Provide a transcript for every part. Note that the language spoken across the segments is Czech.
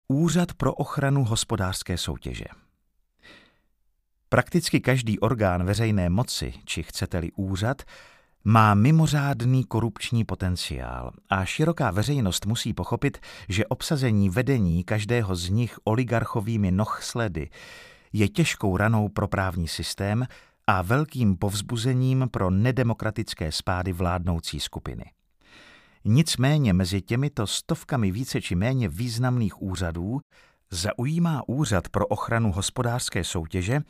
Úřad pro ochranu hospodářské soutěže. Prakticky každý orgán veřejné moci, či chcete-li úřad, má mimořádný korupční potenciál a široká veřejnost musí pochopit, že obsazení vedení každého z nich oligarchovými nohsledy je těžkou ranou pro právní systém a velkým povzbuzením pro nedemokratické spády vládnoucí skupiny. Nicméně mezi těmito stovkami více či méně významných úřadů zaujímá Úřad pro ochranu hospodářské soutěže,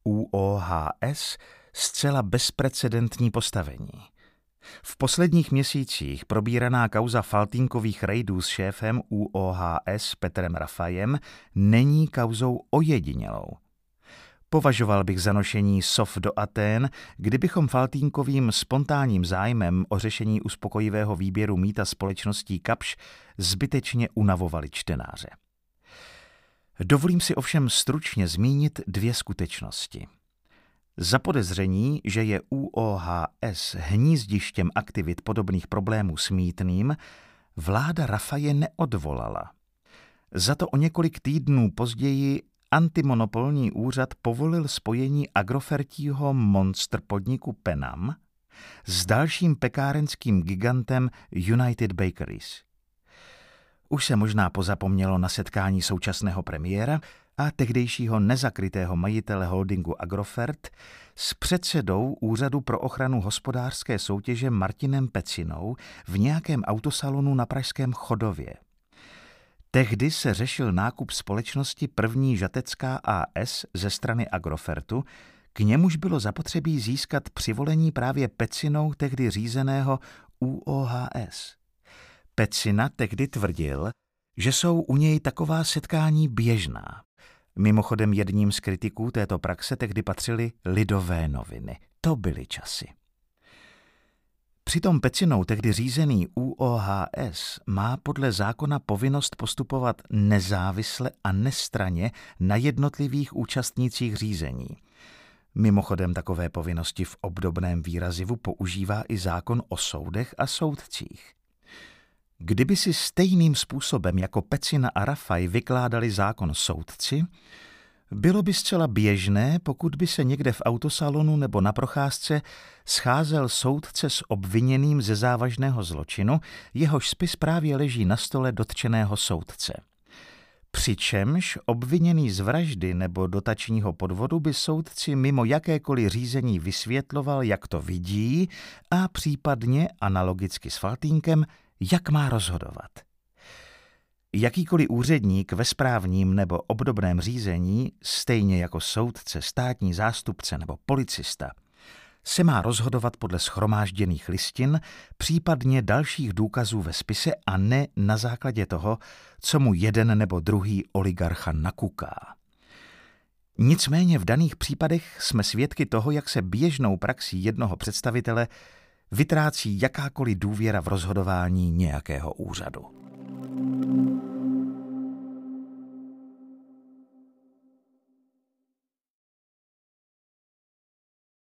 ÚOHS, zcela bezprecedentní postavení. V posledních měsících probíraná kauza Faltýnkových rejdů s šéfem ÚOHS Petrem Rafajem není kauzou ojedinělou. Považoval bych za nošení sov do Atén, kdybychom Faltýnkovým spontánním zájmem o řešení uspokojivého výběru mýta společností Kapsch zbytečně unavovali čtenáře. Dovolím si ovšem stručně zmínit dvě skutečnosti. Za podezření, že je ÚOHS hnízdištěm aktivit podobných problémů s mýtným, vláda Rafaje neodvolala. Za to o několik týdnů později antimonopolní úřad povolil spojení agrofertího monster podniku Penam s dalším pekárenským gigantem United Bakeries. Už se možná pozapomnělo na setkání současného premiéra a tehdejšího nezakrytého majitele holdingu Agrofert s předsedou Úřadu pro ochranu hospodářské soutěže Martinem Pecinou v nějakém autosalonu na pražském Chodově. Tehdy se řešil nákup společnosti První žatecká a.s. ze strany Agrofertu, k němuž bylo zapotřebí získat přivolení právě Pecinou tehdy řízeného ÚOHS. Pecina tehdy tvrdil, že jsou u něj taková setkání běžná. Mimochodem jedním z kritiků této praxe tehdy patřily Lidové noviny. To byly časy. Přitom Pecinou tehdy řízený ÚOHS má podle zákona povinnost postupovat nezávisle a nestranně na jednotlivých účastnících řízení. Mimochodem takové povinnosti v obdobném výrazivu používá i zákon o soudech a soudcích. Kdyby si stejným způsobem jako Pecina a Rafaj vykládali zákon soudci, bylo by zcela běžné, pokud by se někde v autosalonu nebo na procházce scházel soudce s obviněným ze závažného zločinu, jehož spis právě leží na stole dotčeného soudce. Přičemž obviněný z vraždy nebo dotačního podvodu by soudci mimo jakékoliv řízení vysvětloval, jak to vidí a případně analogicky s Faltýnkem, jak má rozhodovat. Jakýkoliv úředník ve správním nebo obdobném řízení, stejně jako soudce, státní zástupce nebo policista, se má rozhodovat podle shromážděných listin, případně dalších důkazů ve spise a ne na základě toho, co mu jeden nebo druhý oligarcha nakuká. Nicméně v daných případech jsme svědky toho, jak se běžnou praxí jednoho představitele vytrácí jakákoliv důvěra v rozhodování nějakého úřadu.